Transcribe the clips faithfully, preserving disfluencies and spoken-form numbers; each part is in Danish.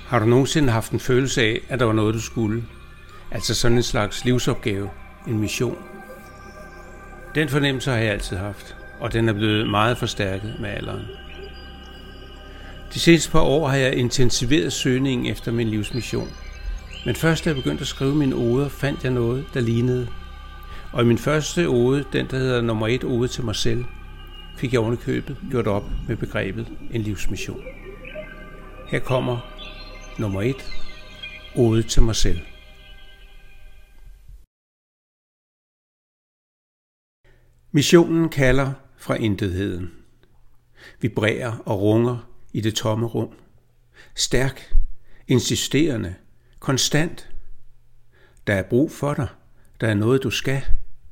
Har du nogensinde haft en følelse af, at der var noget, du skulle? Altså sådan en slags livsopgave, en mission. Den fornemmelse har jeg altid haft, og den er blevet meget forstærket med alderen. De seneste par år har jeg intensiveret søgningen efter min livsmission. Men først da jeg begyndte at skrive mine oder, fandt jeg noget, der lignede. Og i min første ode, den der hedder nummer et ode til mig selv, fik jeg ovenikøbet gjort op med begrebet en livsmission. Her kommer nummer et ode til mig selv. Missionen kalder fra intetheden. Vibrerer og runger i det tomme rum. Stærk, insisterende, konstant. Der er brug for dig. Der er noget, du skal.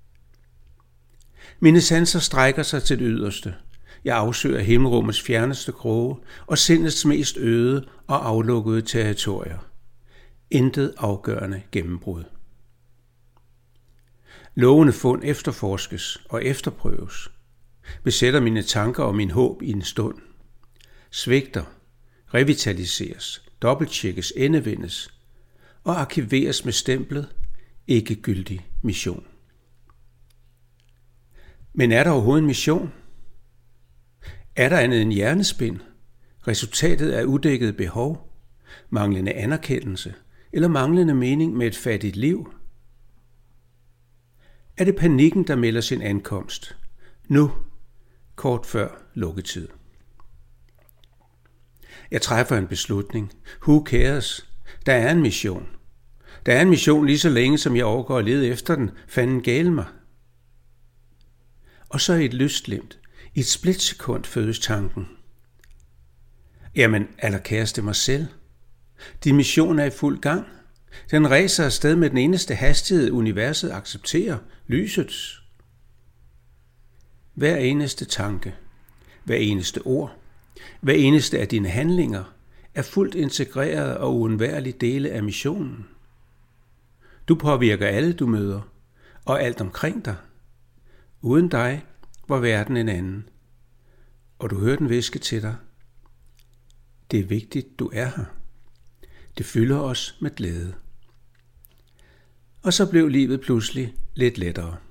Mine sanser strækker sig til det yderste. Jeg afsøger himmelrummets fjerneste kroge og sindets mest øde og aflukkede territorier. Intet afgørende gennembrud. Lovende fund efterforskes og efterprøves. Besætter mine tanker og min håb i en stund. Svigter, revitaliseres, dobbelttjekkes, endevendes og arkiveres med stemplet ikke gyldig mission. Men er der overhovedet en mission? Er der andet end hjernespind? Resultatet af udækkede behov? Manglende anerkendelse? Eller manglende mening med et fattigt liv? Er det panikken, der melder sin ankomst? Nu, kort før lukketid. Jeg træffer en beslutning. Who cares? Der er en mission. Der er en mission lige så længe, som jeg overgår at lede efter den. Fanden gale mig. Og så i et lystglimt, i et splitsekund fødes tanken. Jamen, allerkæreste mig selv. Din mission er i fuld gang. Den ræser afsted med den eneste hastighed, universet accepterer, lysets. Hver eneste tanke, hver eneste ord, hver eneste af dine handlinger er fuldt integreret og uundværlige dele af missionen. Du påvirker alle, du møder, og alt omkring dig. Uden dig var verden en anden, og du hører den hviske til dig. Det er vigtigt, du er her. Det fylder os med glæde. Og så blev livet pludselig lidt lettere.